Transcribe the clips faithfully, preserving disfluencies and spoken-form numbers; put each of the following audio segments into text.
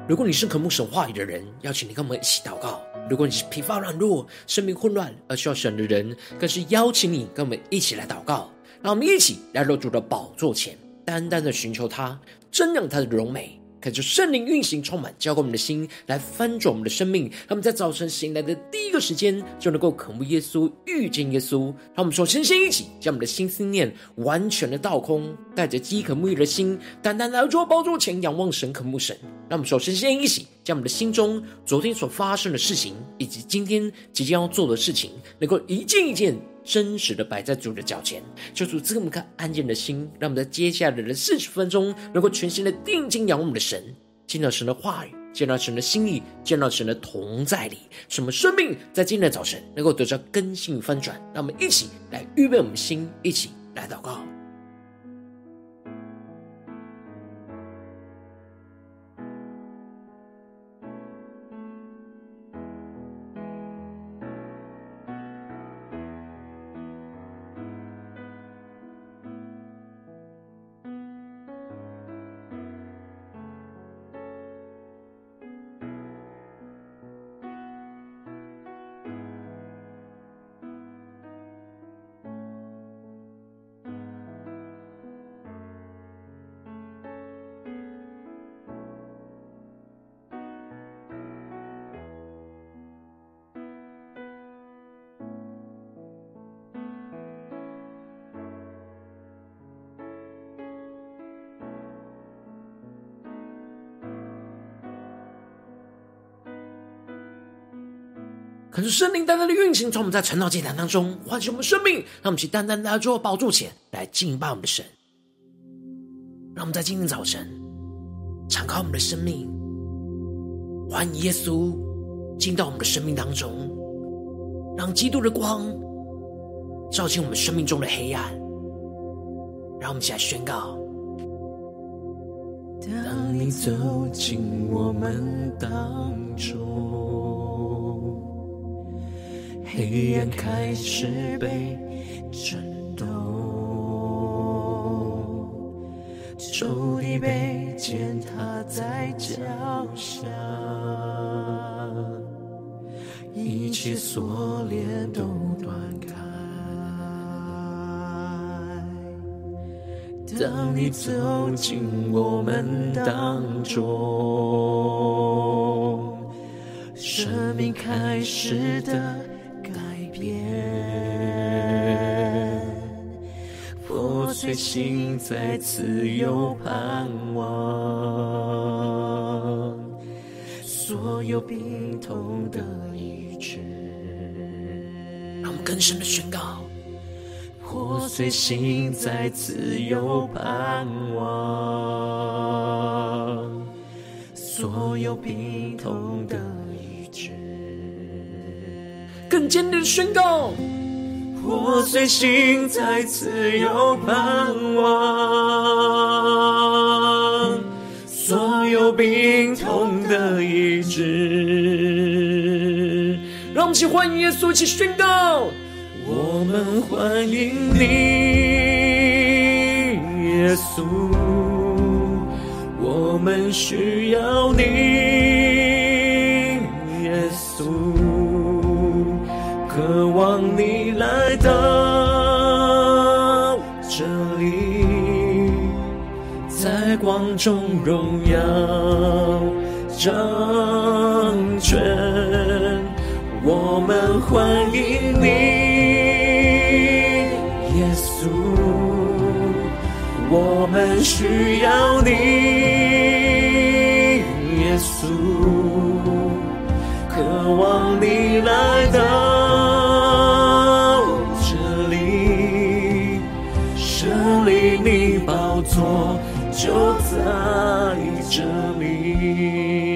如果你是渴慕神话语的人，邀请你跟我们一起祷告；如果你是疲乏软弱、生命混乱而需要神的人，更是邀请你跟我们一起来祷告。让我们一起来到主的宝座前，单单的寻求他，瞻仰他的荣美，恳求圣灵运行充满，浇灌我们的心，来翻转我们的生命。让我们在早晨醒来的第一个时间，就能够渴慕耶稣，遇见耶稣。让我们首先先一起将我们的心思念完全的倒空，带着饥渴沐浴的心，单单来到主宝座前，仰望神，渴慕神。让我们首先先一起将我们的心中昨天所发生的事情，以及今天即将要做的事情，能够一件一件真实的摆在主的脚前，求主赐给我们看安静的心，让我们在接下来的四十分钟，能够全心的定睛仰望我们的神，见到神的话语，见到神的心意，见到神的同在里，使我们生命在今天的早晨能够得到更新翻转。让我们一起来预备我们的心，一起来祷告。可是圣灵单单的运行，从我们在晨祷祭坛当中唤醒我们生命，让我们去单单来到宝座前来敬拜我们的神。让我们在今天早晨敞开我们的生命，欢迎耶稣进到我们的生命当中，让基督的光照进我们生命中的黑暗。让我们一起来宣告： 当你走进我们当中，黑暗开始被震动，仇敌被践踏在脚下，一切锁链都断开。当你走进我们当中，生命开始的改变，破碎心再次有盼望，所有病痛的医治。 让我们更深的宣告： 破碎心再次有盼望，所有病痛的医治。 更坚定的宣告： 破碎心再次有盼望，所有病痛的医治。 让我们一起欢迎耶稣，一起宣告： 我们欢迎你，耶稣，我们需要你，耶稣，渴望你来到这里，在光中荣耀掌权。我们欢迎你，耶稣，我们需要你，耶稣，渴望你来到这里，圣灵你宝座就在这里。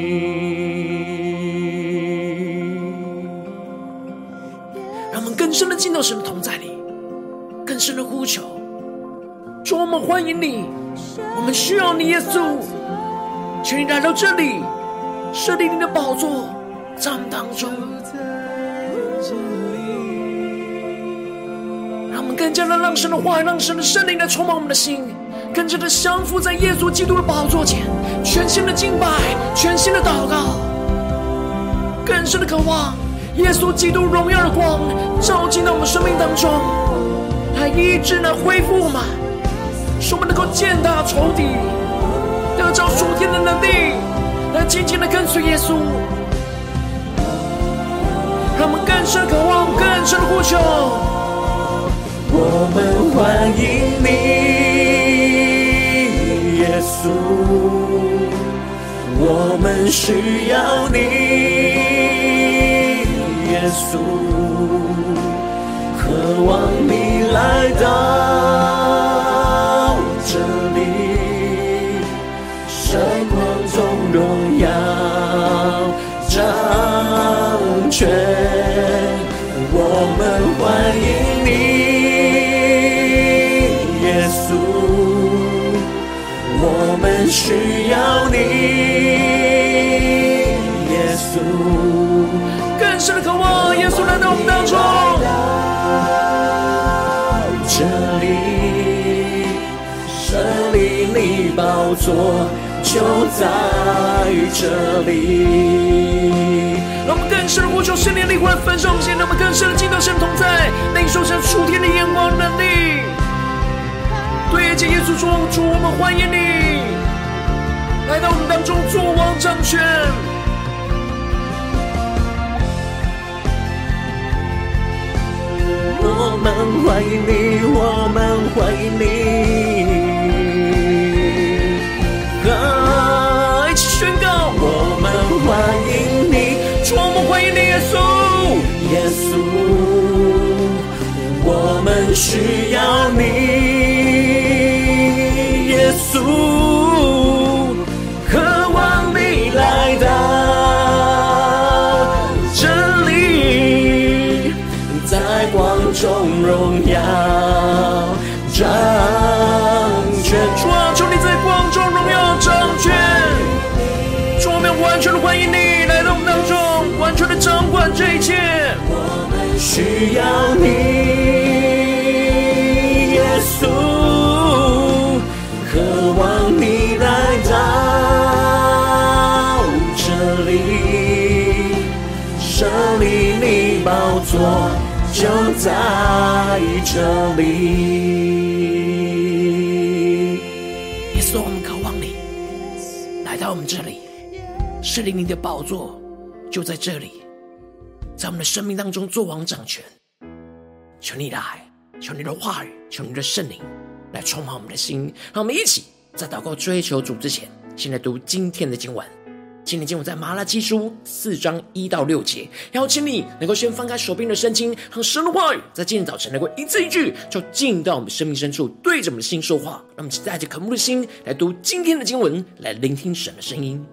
让我们更深的进到神的同在里，更深的呼求：主，我们欢迎你，我们需要你，耶稣，请你来到这里，设立你的宝座在我们当中，让我们更加的让神的话语，让神的圣灵来充满我们的心， 更加的降服在耶稣基督的宝座前，全心的敬拜，全心的祷告，更深的渴望耶稣基督荣耀的光照进到我们生命当中，来医治，来恢复我们，使我们能够践踏仇敌，得着属天的能力，来紧紧的跟随耶稣。让我们更深的渴望，更深的呼求。 我们欢迎你，耶稣，我们需要你，耶稣，渴望你来到这里，神光中荣耀掌权，我们欢迎你，耶稣，我们需要你，耶稣， 更深的渴望耶稣来到我们当中。 这里，神灵你宝座就在这里。 让我们更深的呼求圣灵的灵魂焚烧我们心，让我们更深的进到神同在，领受神属天的眼光能力。对着耶稣说：主，我们欢迎你来到我们当中，作王掌权。 我们欢迎你，我们欢迎你， 啊！一起宣告： 我们欢迎你， 主，我们欢迎你，耶稣， 耶稣，我们需要你，耶稣，渴望你来到这里，在光中荣耀掌权。 主啊，求你在光中荣耀掌权。主，我们完全的欢迎你来到我们当中，完全的掌管这一切。 我们需要你，耶稣，渴望你来到这里，圣灵你宝座就在这里。 耶稣，我们渴望你来到我们这里，圣灵你的宝座就在这里，在我们的生命当中作王掌权。求你来，求你的话语，求你的圣灵来充满我们的心。让我们一起在祷告追求主之前，先来读今天的经文。今天经文在马拉基书四章一到六节，邀请你能够先翻开手边的圣经，让神的话语在今天早晨能够一字一句就进到我们生命深处，对着我们的心说话。让我们带着渴慕的心来读今天的经文，来聆听神的声音。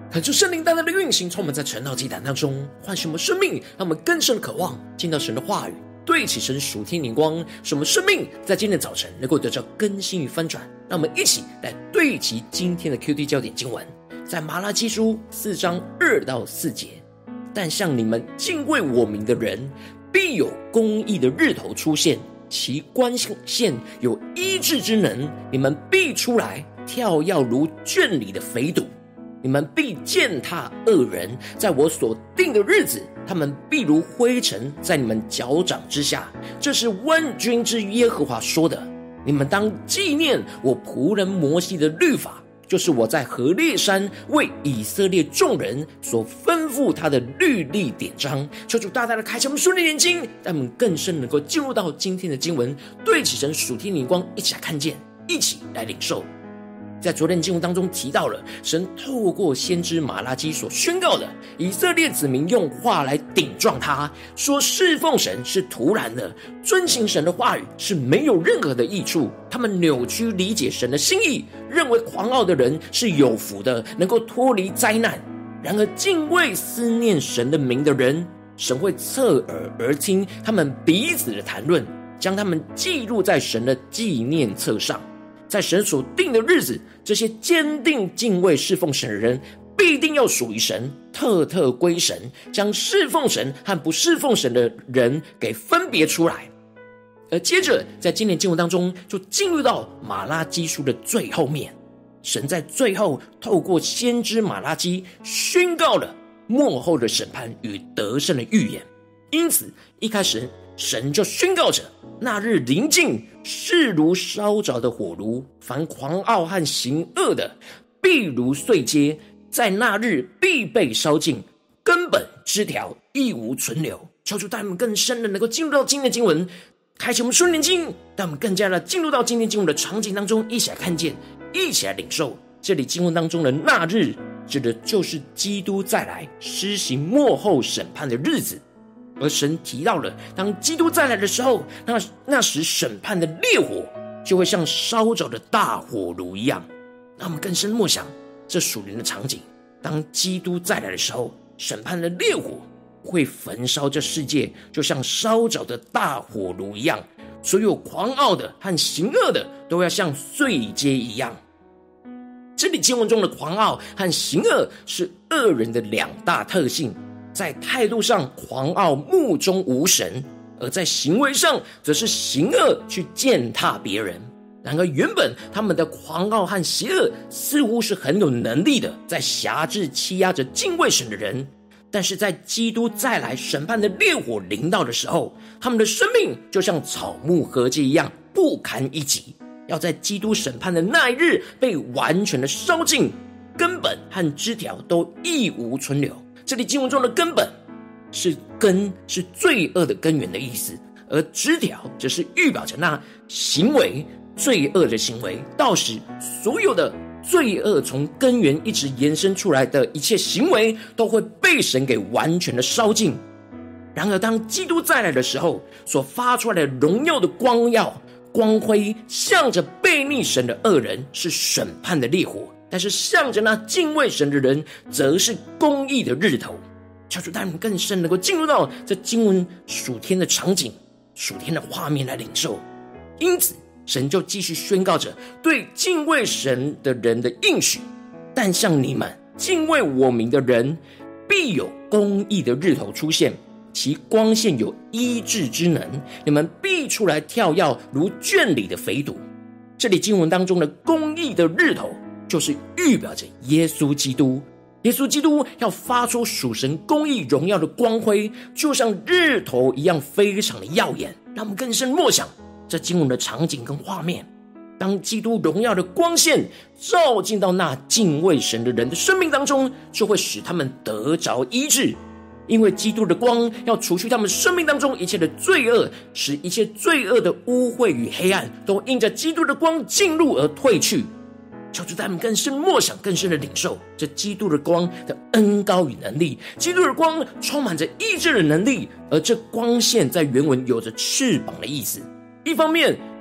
恳求圣灵单单的运行，充满在晨祷祭坛当中，唤醒我们生命，让我们更深的渴望进到神的话语，对齐神属天灵光，使我们生命在今天早晨能够得到更新与翻转。让我们一起来对齐今天的 Q D 焦点经文，在马拉基书四章二到四节。但向你们敬畏我名的人，必有公义的日头出现，其光线有医治之能，你们必出来跳跃如圈里的肥犊。你们必践踏恶人，在我所定的日子，他们必如灰尘在你们脚掌之下。这是万军之耶和华说的。你们当纪念我仆人摩西的律法，就是我在何烈山为以色列众人所吩咐他的律例典章。求主大大的开启我们属灵眼睛，让我们更深能够进入到今天的经文，对齐神属天灵光，一起来看见，一起来领受。在昨天经文当中提到了，神透过先知马拉基所宣告的，以色列子民用话来顶撞他，说侍奉神是徒然的，遵行神的话语是没有任何的益处。他们扭曲理解神的心意，认为狂傲的人是有福的，能够脱离灾难。然而敬畏思念神的名的人，神会侧耳而听他们彼此的谈论，将他们记录在神的纪念册上。在神所定的日子，这些坚定敬畏侍奉神的人必定要属于神，特特归神，将侍奉神和不侍奉神的人给分别出来。而接着在今年经文当中，就进入到马拉基书的最后面，神在最后透过先知马拉基宣告了末后的审判与得胜的预言。因此一开始神就宣告着，那日临近，势如烧着的火炉，凡狂傲和行恶的，必如碎秸，在那日必被烧尽，根本枝条亦无存留。求主带我们更深的能够进入到今天的经文，开启我们属灵经，带我们更加的进入到今天经文的场景当中，一起来看见，一起来领受。这里经文当中的那日，指的就是基督再来施行末后审判的日子。而神提到了，当基督再来的时候，那那时审判的烈火就会像烧着的大火炉一样。让我们更深默想这属灵的场景，当基督再来的时候，审判的烈火会焚烧这世界，就像烧着的大火炉一样。所有狂傲的和行恶的都要像碎秸一样。这里经文中的狂傲和行恶是恶人的两大特性，在态度上狂傲目中无神，而在行为上则是行恶去践踏别人。然而原本他们的狂傲和邪恶似乎是很有能力的，在辖制欺压着敬畏神的人，但是在基督再来审判的烈火临到的时候，他们的生命就像草木禾秸一样不堪一击，要在基督审判的那一日被完全的烧尽，根本和枝条都一无存留。这里经文中的根本是根，是罪恶的根源的意思，而枝条则是预表着那行为，罪恶的行为。到时所有的罪恶从根源一直延伸出来的一切行为，都会被神给完全的烧尽。然而当基督再来的时候，所发出来的荣耀的光耀光辉，向着悖逆神的恶人是审判的烈火，但是向着那敬畏神的人则是公义的日头。求主带我们更深能够进入到这经文属天的场景，属天的画面来领受。因此神就继续宣告着对敬畏神的人的应许，但像你们敬畏我名的人，必有公义的日头出现，其光线有医治之能，你们必出来跳跃如圈里的肥犊。这里经文当中的公义的日头，就是预表着耶稣基督。耶稣基督要发出属神公义荣耀的光辉，就像日头一样非常的耀眼。让我们更深默想这经文的场景跟画面，当基督荣耀的光线照进到那敬畏神的人的生命当中，就会使他们得着医治。因为基督的光要除去他们生命当中一切的罪恶，使一切罪恶的污秽与黑暗都因着基督的光进入而退去。求主带我们更深默想，更深的领受这基督的光的恩膏与能力。基督的光充满着医治的能力，而这光线在原文有着翅膀的意思。一方面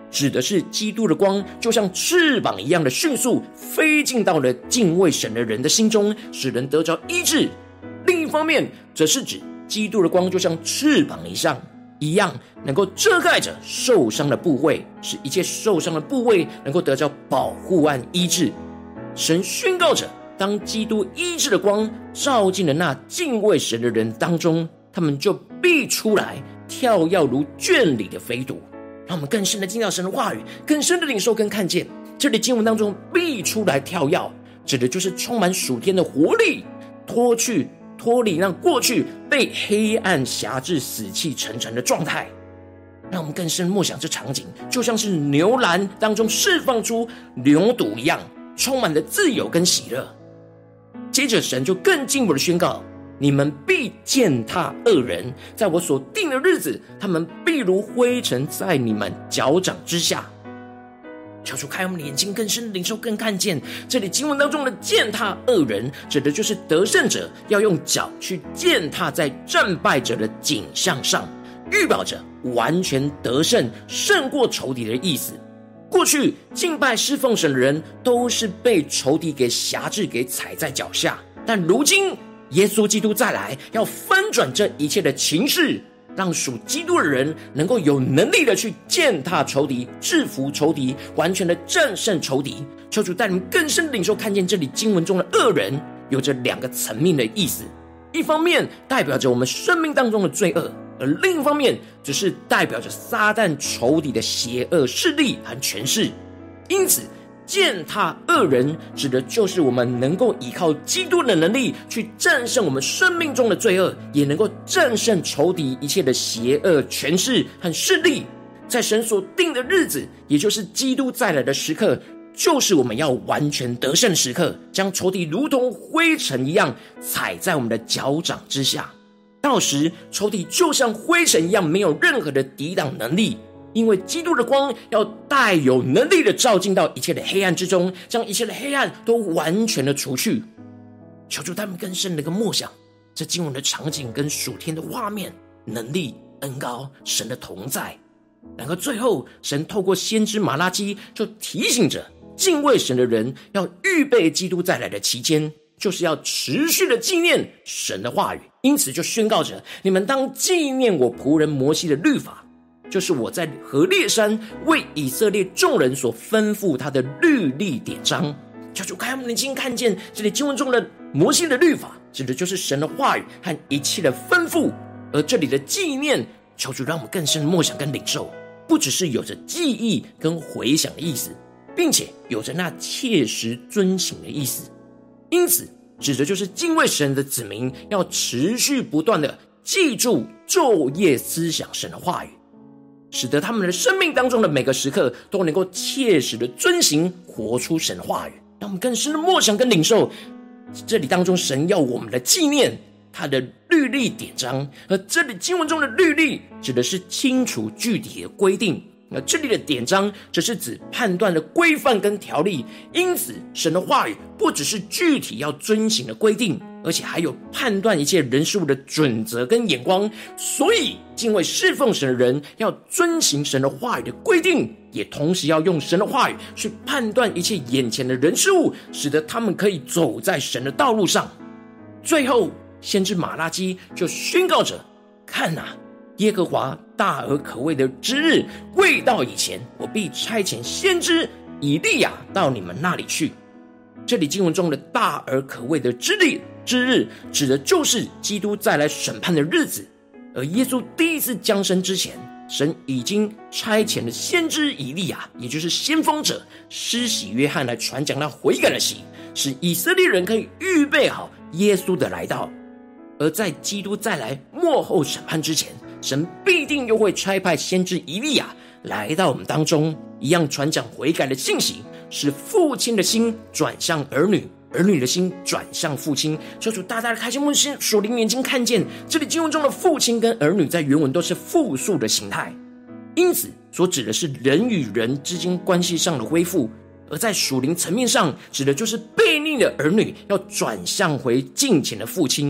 指的是基督的光就像翅膀一样的迅速飞进到了敬畏神的人的心中，使人得着医治。另一方面则是指基督的光就像翅膀一样一样能够遮盖着受伤的部位，使一切受伤的部位能够得到保护和医治。神宣告着，当基督医治的光照进了那敬畏神的人当中，他们就必出来跳跃如圈里的飞犊。让我们更深的进到神的话语，更深的领受跟看见，这里经文当中必出来跳跃，指的就是充满属天的活力，脱去脱离让过去被黑暗辖制死气沉沉的状态。让我们更深默想这场景，就像是牛栏当中释放出牛犊一样，充满了自由跟喜乐。接着神就更进一步的宣告，你们必践踏恶人，在我所定的日子，他们必如灰尘在你们脚掌之下。求主开我们的眼睛，更深的领受更看见，这里经文当中的践踏恶人，指的就是得胜者要用脚去践踏在战败者的颈项上，预表着完全得胜胜过仇敌的意思。过去敬拜侍奉神的人都是被仇敌给辖制，给踩在脚下，但如今耶稣基督再来，要翻转这一切的情势，让属基督的人能够有能力的去践踏仇敌，制服仇敌，完全的战胜仇敌。求主带你们更深的领受看见，这里经文中的恶人有着两个层面的意思，一方面代表着我们生命当中的罪恶，而另一方面只是代表着撒旦仇敌的邪恶势力和权势。因此践踏恶人指的就是我们能够依靠基督的能力去战胜我们生命中的罪恶，也能够战胜仇敌一切的邪恶权势和势力。在神所定的日子，也就是基督再来的时刻，就是我们要完全得胜的时刻，将仇敌如同灰尘一样踩在我们的脚掌之下。到时仇敌就像灰尘一样，没有任何的抵挡能力，因为基督的光要带有能力的照进到一切的黑暗之中，将一切的黑暗都完全的除去。求主他们更深的一个默想，这经文的场景跟属天的画面，能力恩膏神的同在。然后最后神透过先知马拉基就提醒着敬畏神的人，要预备基督再来的期间，就是要持续的纪念神的话语。因此就宣告着，你们当纪念我仆人摩西的律法，就是我在何烈山为以色列众人所吩咐他的律例典章。求主开我们的眼睛，看见这里经文中的摩西的律法，指的就是神的话语和一切的吩咐。而这里的纪念，求主让我们更深的默想跟领受，不只是有着记忆跟回想的意思，并且有着那切实遵行的意思。因此指的就是敬畏神的子民要持续不断的记住昼夜思想神的话语，使得他们的生命当中的每个时刻都能够切实的遵行活出神的话语。让我们更深的默想跟领受，这里当中神要我们的纪念他的律例典章，而这里经文中的律例指的是清楚具体的规定，那这里的典章则是指判断的规范跟条例。因此神的话语不只是具体要遵行的规定，而且还有判断一切人事物的准则跟眼光。所以敬畏侍奉神的人要遵行神的话语的规定，也同时要用神的话语去判断一切眼前的人事物，使得他们可以走在神的道路上。最后先知马拉基就宣告着，看啊，耶和华大而可畏的之日未到以前，我必差遣先知以利亚到你们那里去。这里经文中的大而可畏的之日之日指的就是基督再来审判的日子。而耶稣第一次降生之前，神已经差遣了先知以利亚，也就是先锋者施洗约翰来传讲那悔改的喜，使以色列人可以预备好耶稣的来到。而在基督再来末后审判之前，神必定又会差派先知以利亚来到我们当中，一样传讲悔改的信息，使父亲的心转向儿女，儿女的心转向父亲。求主大大的开启我们属灵眼睛，看见这里经文中的父亲跟儿女在原文都是复数的形态，因此所指的是人与人之间关系上的恢复。而在属灵层面上，指的就是悖逆的儿女要转向回敬虔的父亲。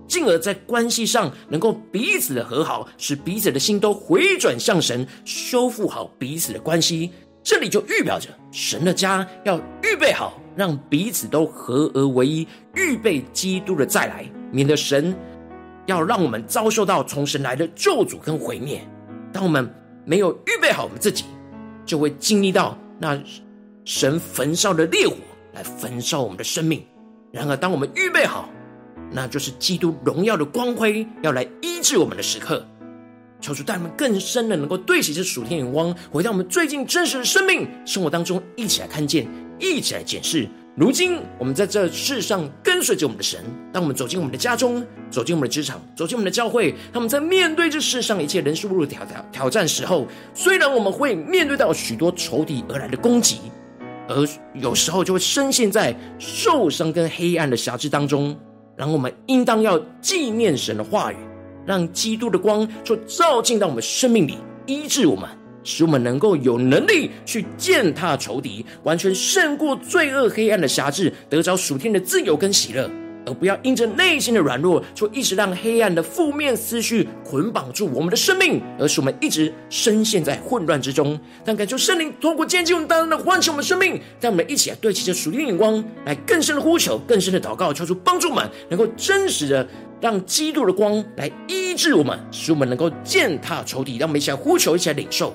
进而在关系上能够彼此的和好，使彼此的心都回转向神，修复好彼此的关系。这里就预表着神的家要预备好，让彼此都合而为一，预备基督的再来，免得神要让我们遭受到从神来的咒诅跟毁灭。当我们没有预备好我们自己，就会经历到那神焚烧的烈火来焚烧我们的生命。然而当我们预备好，那就是基督荣耀的光辉要来医治我们的时刻。求主带我们更深的能够对齐这属天眼光，回到我们最近真实的生命生活当中，一起来看见，一起来检视。如今我们在这世上跟随着我们的神，当我们走进我们的家中，走进我们的职场，走进我们的教会，当我们在面对这世上一切人事物的挑挑挑战时候，虽然我们会面对到许多仇敌而来的攻击，而有时候就会深陷在受伤跟黑暗的辖制当中，然后我们应当要纪念神的话语，让基督的光就照进到我们生命里，医治我们，使我们能够有能力去践踏仇敌，完全胜过罪恶黑暗的辖制，得着属天的自由跟喜乐，而不要因着内心的软弱，就一直让黑暗的负面思绪捆绑住我们的生命，而使我们一直深陷在混乱之中。但感谢圣灵透过今天经文大胆的唤醒我们生命，让我们一起来对齐着属天眼光，来更深的呼求，更深的祷告，求主帮助我们能够真实的让基督的光来医治我们，使我们能够践踏仇敌。让我们一起来呼求，一起来领受。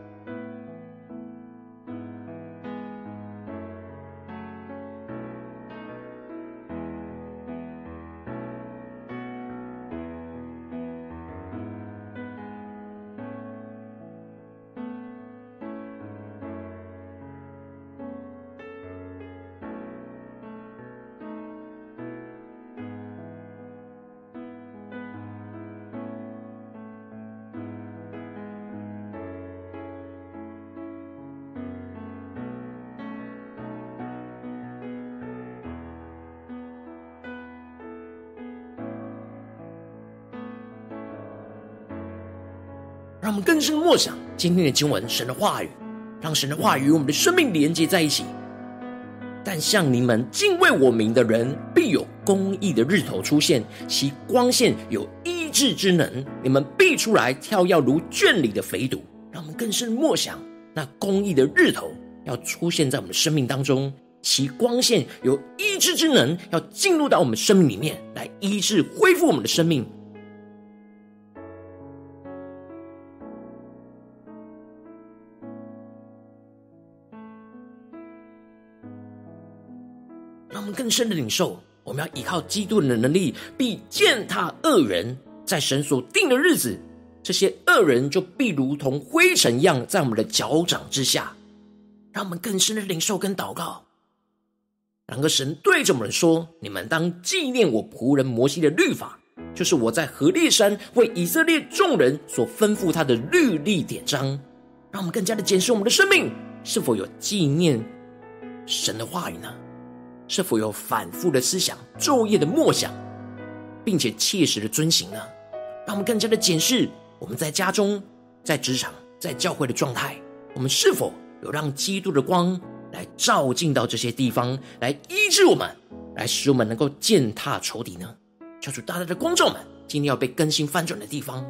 让我们更深默想今天的经文，神的话语，让神的话语与我们的生命连接在一起。但像你们敬畏我名的人，必有公义的日头出现，其光线有医治之能，你们必出来跳跃如圈里的肥犊。让我们更深默想，那公义的日头要出现在我们的生命当中，其光线有医治之能，要进入到我们生命里面，来医治恢复我们的生命。让我们更深的领受，我们要依靠基督的能力，必践踏恶人。在神所定的日子，这些恶人就必如同灰尘一样，在我们的脚掌之下。让我们更深的领受跟祷告。然而神对着我们说，你们当纪念我仆人摩西的律法，就是我在何烈山为以色列众人所吩咐他的律例典章。让我们更加的检视我们的生命，是否有纪念神的话语呢？是否有反复的思想，昼夜的默想，并且切实的遵行呢？让我们更加的检视我们在家中、在职场、在教会的状态，我们是否有让基督的光来照进到这些地方，来医治我们，来使我们能够践踏仇敌呢？求主大大的光照们今天要被更新翻转的地方。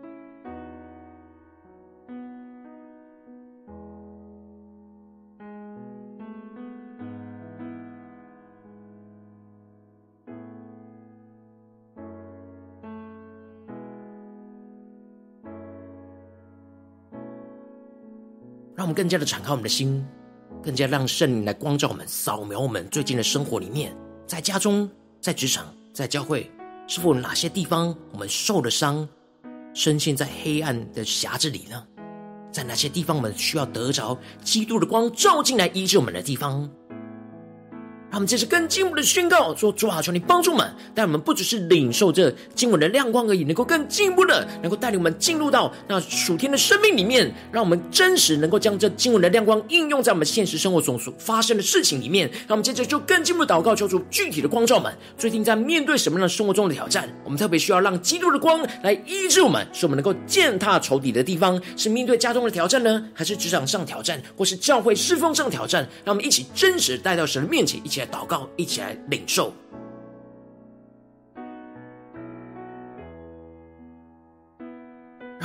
让我们更加的敞开我们的心，更加让圣灵来光照我们，扫描我们最近的生活里面，在家中、在职场、在教会，是否有哪些地方我们受了伤，深陷在黑暗的辖制里呢？在哪些地方我们需要得着基督的光照进来医治我们的地方？让我们接着更进一步的宣告说，主啊，求你帮助我们，但我们不只是领受这经文的亮光而已，能够更进一步的能够带领我们进入到那属天的生命里面，让我们真实能够将这经文的亮光应用在我们现实生活中所发生的事情里面。让我们接着就更进一步的祷告，求主具体的光照我们，最近在面对什么样的生活中的挑战，我们特别需要让基督的光来医治我们，使我们能够践踏仇敌的地方，是面对家中的挑战呢，还是职场上挑战，或是教会侍奉上挑战？让我们一起真实带到神的面前，一起来祷告，一起来领受。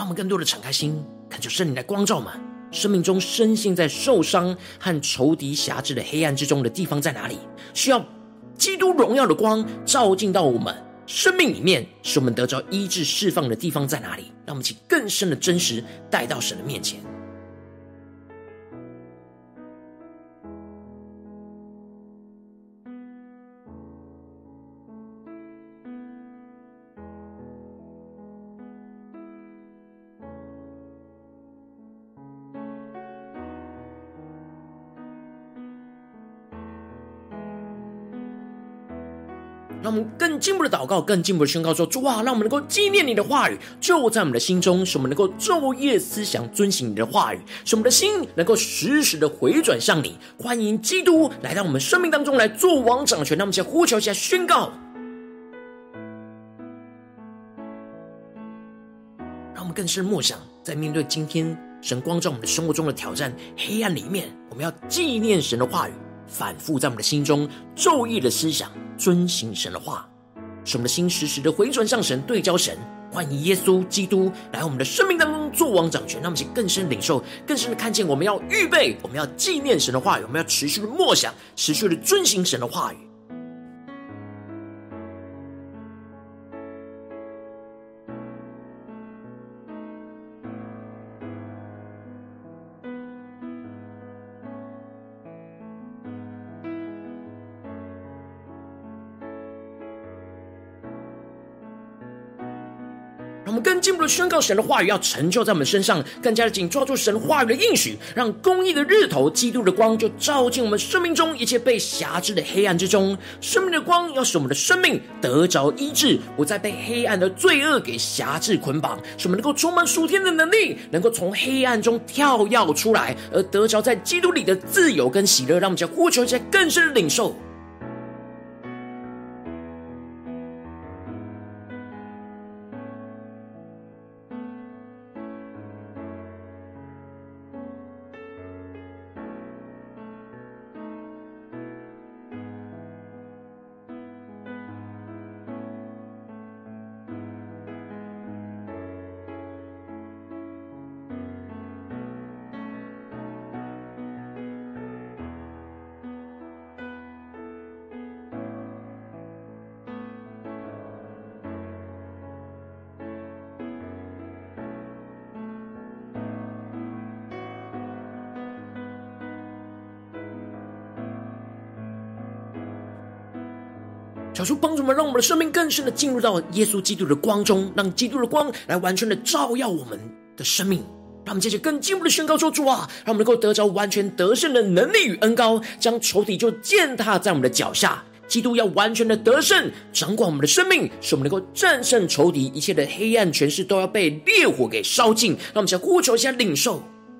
让我们更多的敞开心，恳求圣灵来光照我们生命中深陷在受伤和仇敌辖制的黑暗之中的地方在哪里，需要基督荣耀的光照进到我们生命里面，使我们得着医治释放的地方在哪里，让我们起更深的真实带到神的面前。让我们更进一步的祷告，更进一步的宣告说，主啊，让我们能够纪念你的话语就在我们的心中，使我们能够昼夜思想遵行你的话语，使我们的心能够时时的回转向你。欢迎基督来到我们生命当中来做王掌权，让我们一起来呼求，一起来宣告，让我们更深默想，在面对今天神光照我们的生活中的挑战黑暗里面，我们要纪念神的话语，反复在我们的心中昼夜的思想遵行神的话，使我们的心时时的回转向神，对焦神。欢迎耶稣基督来我们的生命当中做王掌权，让我们更深领受，更深的看见我们要预备，我们要纪念神的话语，我们要持续的默想，持续的遵行神的话语。让我们更进一步的宣告神的话语要成就在我们身上，更加的紧抓住神话语的应许，让公义的日头基督的光就照进我们生命中一切被辖制的黑暗之中。生命的光要使我们的生命得着医治，不再被黑暗的罪恶给辖制捆绑，使我们能够充满属天的能力，能够从黑暗中跳跃出来，而得着在基督里的自由跟喜乐。让我们将呼求一下更深的领受。求主帮助我们，让我们的生命更深的进入到耶稣基督的光中，让基督的光来完全的照耀我们的生命。让我们接着更进一步的宣告说，主啊，让我们能够得着完全得胜的能力与恩膏，将仇敌就践踏在我们的脚下。基督要完全的得胜，掌管我们的生命，使我们能够战胜仇敌，一切的黑暗权势都要被烈火给烧尽。让我们想呼求一下领受。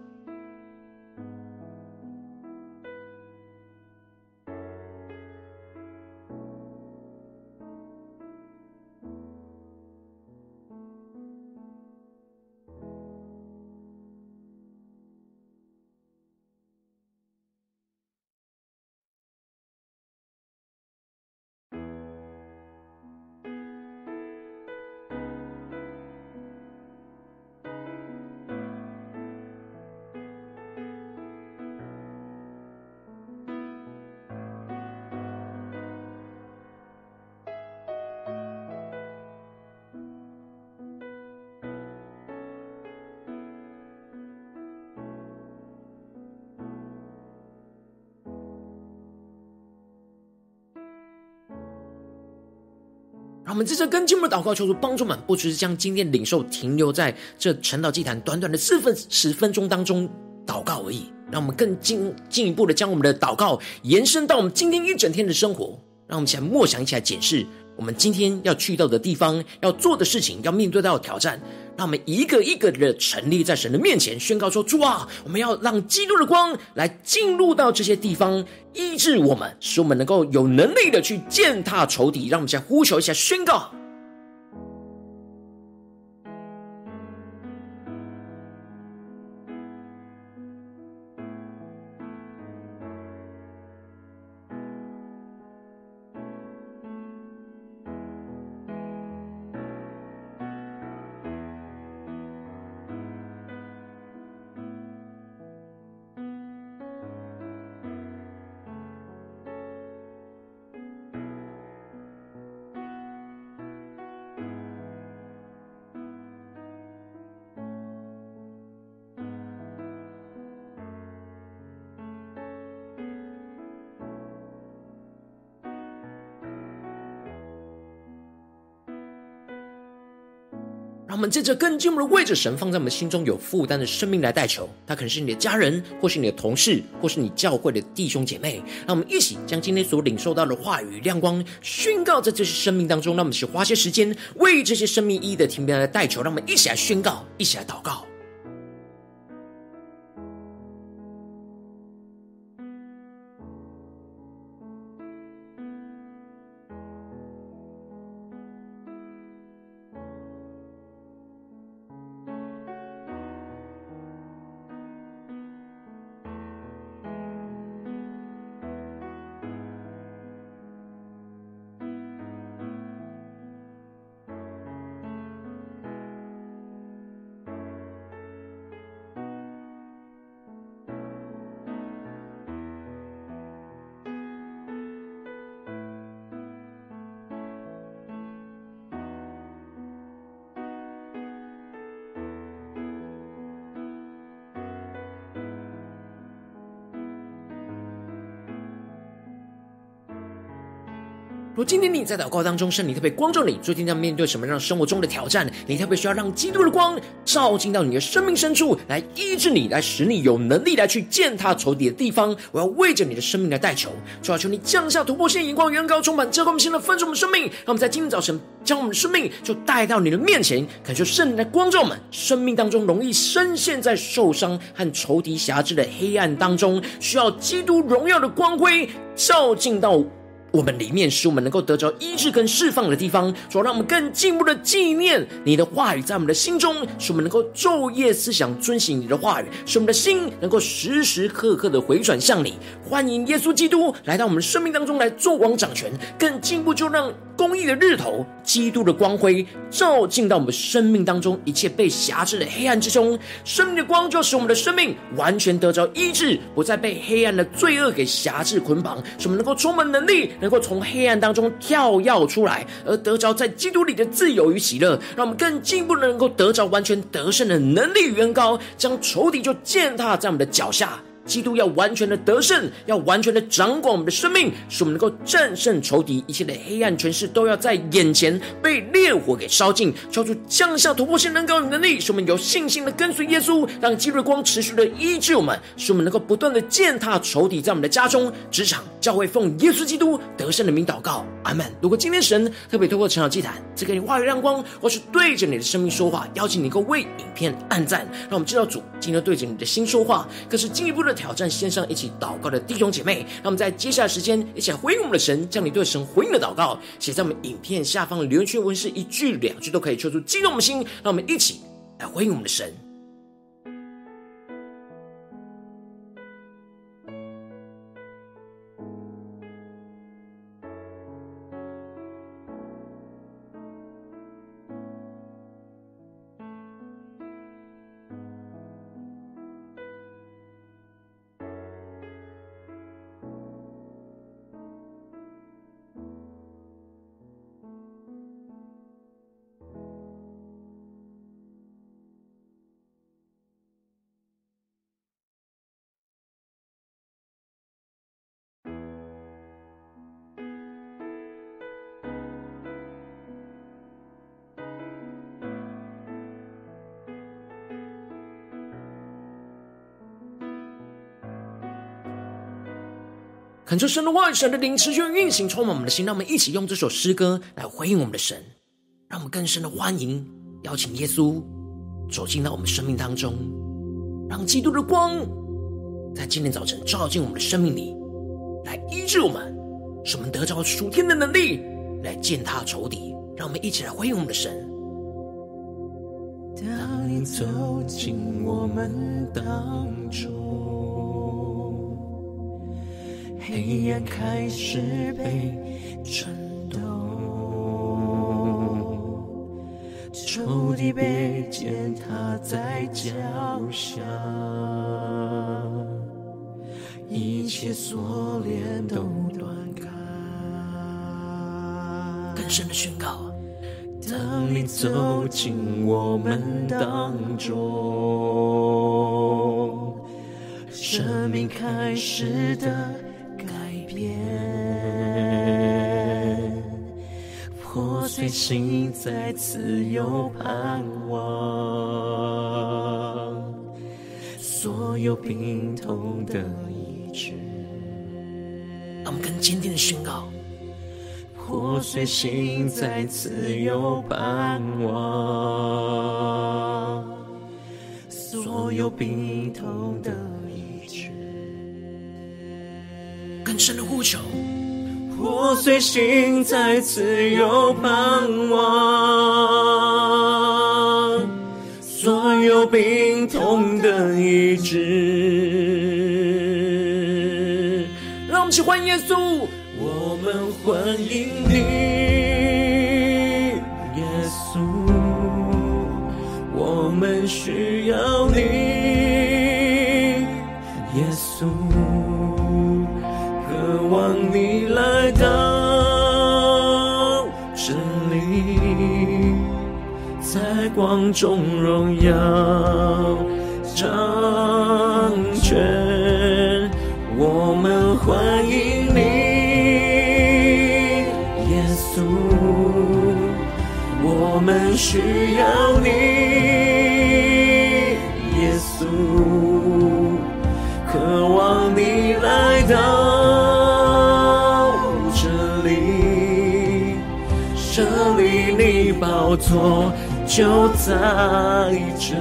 让我们在这更进一步的祷告，求主帮助我们，不只是将今天领受停留在这晨祷祭坛短短的四分十分钟当中祷告而已，让我们更进进一步的将我们的祷告延伸到我们今天一整天的生活。让我们一起来默想，一起来检视我们今天要去到的地方，要做的事情，要面对到的挑战。让我们一个一个的陈立在神的面前，宣告说，主啊，我们要让基督的光来进入到这些地方，医治我们，使我们能够有能力的去践踏仇敌。让我们再呼求一下，宣告。 让我们接着更进一步的为着神放在我们心中有负担的生命来代求。他可能是你的家人，或是你的同事，或是你教会的弟兄姐妹。让我们一起将今天所领受到的话语亮光宣告在这些生命当中。让我们一起花些时间为这些生命意义的停变来代求。让我们一起来宣告，一起来祷告。如果今天你在祷告当中，圣灵特别光照你，最近在面对什么样生活中的挑战，你特别需要让基督的光照进到你的生命深处，来医治你，来使你有能力来去践踏仇敌的地方。我要为着你的生命来代求，主要求你降下突破性眼光，远高充满遮盖我们心的分盛我们生命，让我们在今天早晨将我们的生命就带到你的面前，恳求圣灵来光照我们生命当中容易深陷在受伤和仇敌辖制的黑暗当中，需要基督荣耀的光辉照进到我们里面，使我们能够得着医治跟释放的地方。主要让我们更进一步的纪念你的话语在我们的心中，使我们能够昼夜思想遵行你的话语，使我们的心能够时时刻刻的回转向你。欢迎耶稣基督来到我们生命当中来做王掌权，更进一步就让公义的日头，基督的光辉照进到我们生命当中一切被辖制的黑暗之中。生命的光就使我们的生命完全得着医治，不再被黑暗的罪恶给辖制捆绑，使我们能够充满能力，能够从黑暗当中跳跃出来，而得着在基督里的自由与喜乐。让我们更进一步的能够得着完全得胜的能力与恩膏，将仇敌就践踏在我们的脚下。基督要完全的得胜，要完全的掌管我们的生命，使我们能够战胜仇敌，一切的黑暗权势都要在眼前被烈火给烧尽。求主降下突破性能高与能力，使我们有信心的跟随耶稣，让基督的光持续的医治我们，使我们能够不断的践踏仇敌在我们的家中、职场、教会，奉耶稣基督得胜的名祷告，阿们。如果今天神特别透过成长祭坛赐给你话语亮光，或是对着你的生命说话，邀请你能够为影片按赞，让我们知道主今天对着你的心说话，更是进一步的挑战线上一起祷告的弟兄姐妹。让我们在接下来时间一起来回应我们的神，将你对神回应的祷告写在我们影片下方的留言区，文是一句两句都可以，求出激动我们的心。让我们一起来回应我们的神。恳求神的话语、神的灵持续运行充满我们的心，让我们一起用这首诗歌来回应我们的神，让我们更深的欢迎邀请耶稣走进到我们生命当中，让基督的光在今天早晨照进我们的生命里，来医治我们，使我们得着属天的能力来践踏仇敌。让我们一起来回应我们的神。 当你走进我们当中，黑暗开始被震动，仇敌被践踏在脚下，一切锁链都断开。 更深的宣告， 当你走进我们当中，生命开始的改变，破碎碎心再次有盼望，所有病痛的医治。 让我们更坚定的宣告， 破碎心再次有盼望，所有病痛的医治。 更深的呼求， 破碎心再次有盼望，所有病痛的医治。 让我们一起欢迎耶稣， 我们欢迎你，耶稣，我们需要你，耶稣，渴望你来到这里，在光中荣耀掌权，我们欢迎你，耶稣，我们需要你，耶稣，渴望你来到这里，这里你宝座就在这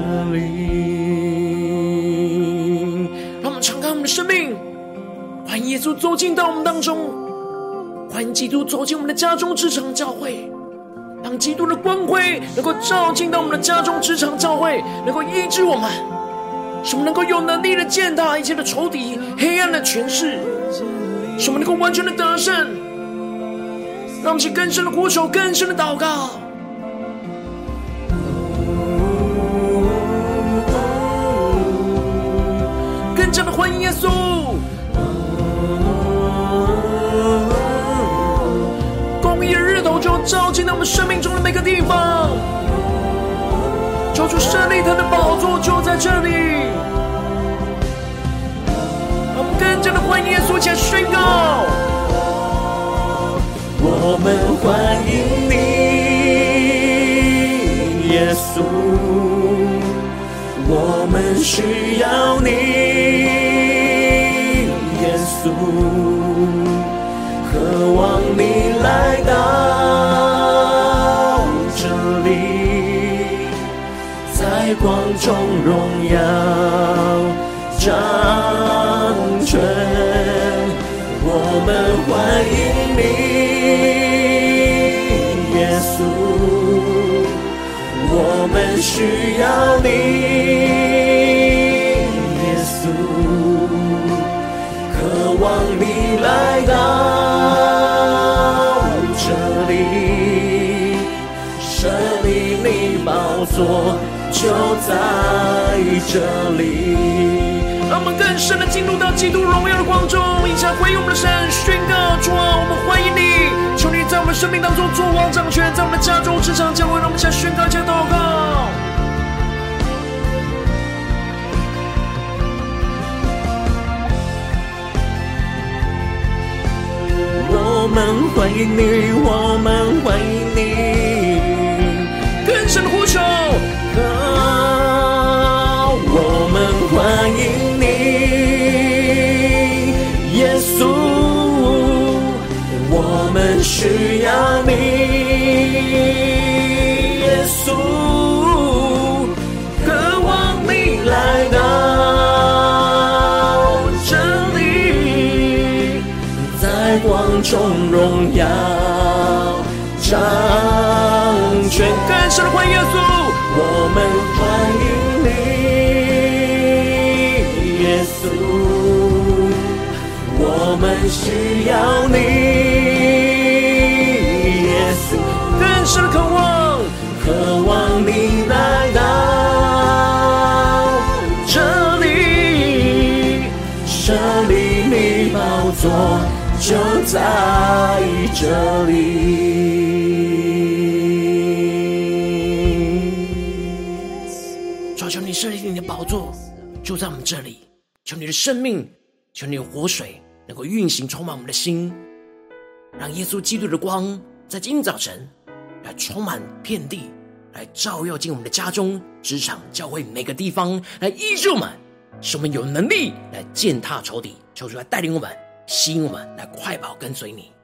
里。 让我们敞开我们的生命，欢迎耶稣走进到我们当中，欢迎基督走进我们的家中职场教会，让基督的光辉能够照进到我们的家中职场教会，能够医治我们，使我们能够有能力的践踏一切的仇敌黑暗的权势，使我们能够完全的得胜。让我们去更深的呼求，更深的祷告，更加的欢迎耶稣。公义的日头就照进到我们生命中的每个地方，求主设立他的宝座就在这里。让我们更加的欢迎耶稣，起来宣告， 我们欢迎你，耶稣，我们需要你，耶稣，渴望你来到这里，在光中荣耀掌权，我们欢迎你，耶稣，我们需要你，耶稣，渴望你来到这里，设立你宝座就在这里。 让我们更深的进入到基督荣耀的光中，一起来回应我们的神，宣告主啊，我们欢迎你，求你在我们生命当中作王掌权，在我们的家中职场教会，让我们一起来宣告，一起来祷告。 我们欢迎你，我们欢迎你， 更深的呼求， 啊，我们欢迎你，耶稣，我们需要你，耶稣，渴望你来到这里，在光中荣耀掌权。 更深的欢迎耶稣， 我们欢迎你，耶稣，我们需要你，耶稣， 更深的渴望， 渴望你来到这里，设立你宝座就在这里。 求你设立你的宝座就在我们这里，求你的生命，求你的活水能够运行充满我们的心，让耶稣基督的光在今天早晨来充满遍地，来照耀进我们的家中、职场、教会每个地方，来医治我们，使我们有能力来践踏仇敌。求主来带领我们，吸引我们，来快跑跟随你。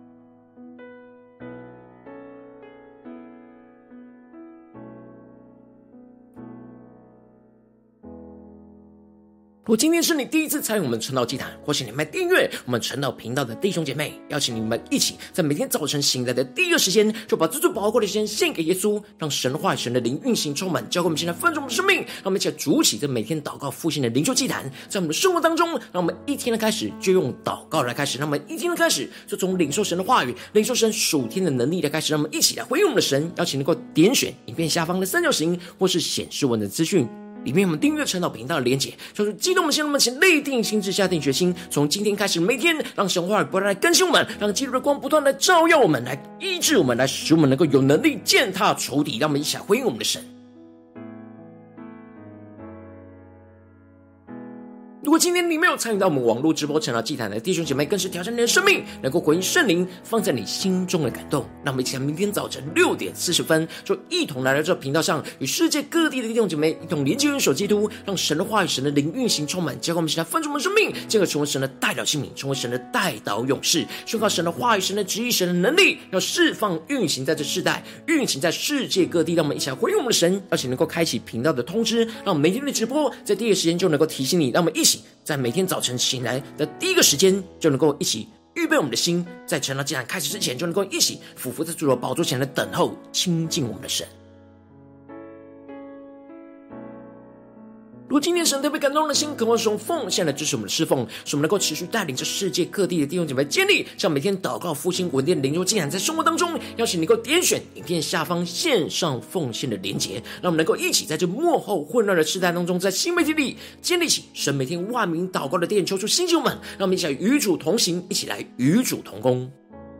如果今天是你第一次参与我们晨祷祭坛，或是你们订阅我们晨祷频道的弟兄姐妹，邀请你们一起在每天早晨醒来的第一个时间，就把最最宝贵的时间献给耶稣，让神的话语、神的灵运行充满，教会我们现在分盛我们的生命。让我们一起来筑起这每天祷告复兴的灵修祭坛，在我们的生活当中，让我们一天的开始就用祷告来开始，让我们一天的开始就从领受神的话语、领受神属天的能力来开始。让我们一起来回应我们的神。邀请能够点选影片下方的三角形，或是显示文的资讯里面，我们订阅晨祷频道的连结，就是激动我们心，我们请内定心志，下定决心，从今天开始，每天让神话语不断来更新我们，让基督的光不断来照耀我们，来医治我们，来使我们能够有能力践踏仇敌。让我们一起来回应我们的神。如果今天你没有参与到我们网络直播晨祷祭坛的弟兄姐妹，更是挑战你的生命，能够回应圣灵放在你心中的感动。让我们一起在明天早晨六点四十分，就一同来到这频道上，与世界各地的弟兄姐妹一同连接元首基督，让神的话语、神的灵运行充满，教会我们现在分出我们的生命，进而成为神的代表性命，成为神的代祷勇士，宣告神的话语、神的旨意、神的能力，要释放运行在这世代，运行在世界各地。让我们一起来回应我们的神，而且能够开启频道的通知，让我们每天的直播在第一个时间就能够提醒你。让我们一起在每天早晨醒来的第一个时间，就能够一起预备我们的心，在晨祷祭坛开始之前，就能够一起俯伏在主的宝座前来等候亲近我们的神。如果今天神特别感动的心，渴望使用奉献来支持我们的侍奉，使我们能够持续带领着世界各地的弟兄姐妹建立像每天祷告复兴稳定灵修祭坛，在生活当中，邀请你能够点选影片下方线上奉献的连结，让我们能够一起在这末后混乱的时代当中，在新媒体里建立起神每天万名祷告的殿，求出新旧们，让我们一起来与主同行，一起来与主同工。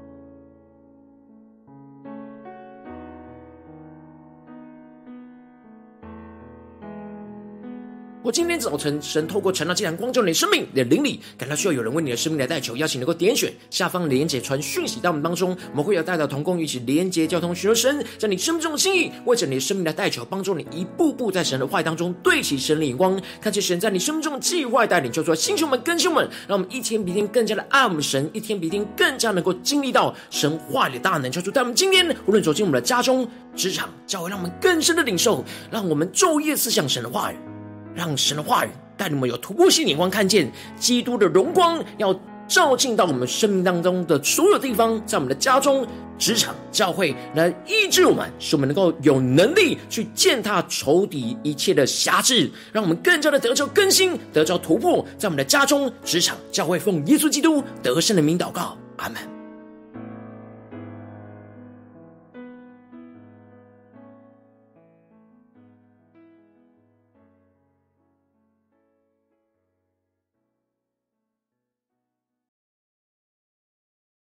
我今天早晨，神透过晨祷祭坛光照你的生命，你的灵里感到需要有人为你的生命来代求，邀请能够点选下方的连结传讯息到我们当中，我们会有代祷同工一起连结交通，寻求神在你生命中的心意，为着你的生命来代求，帮助你一步步在神的话语当中对齐神的眼光，看见神在你生命中的计划带领，就说弟兄们更新我们，让我们一天比一天更加的爱我们神，一天比一天更加能够经历到神话语的大能，求主带我们今天无论走进我们的家中、职场、教会，让我们更深的领受，让我们昼夜思想神的话语，让神的话语带领我们有突破性眼光，看见基督的荣光要照进到我们生命当中的所有地方，在我们的家中、职场、教会，来医治我们，使我们能够有能力去践踏仇敌一切的辖制，让我们更加的得着更新，得着突破，在我们的家中、职场、教会，奉耶稣基督得胜的名祷告，阿们。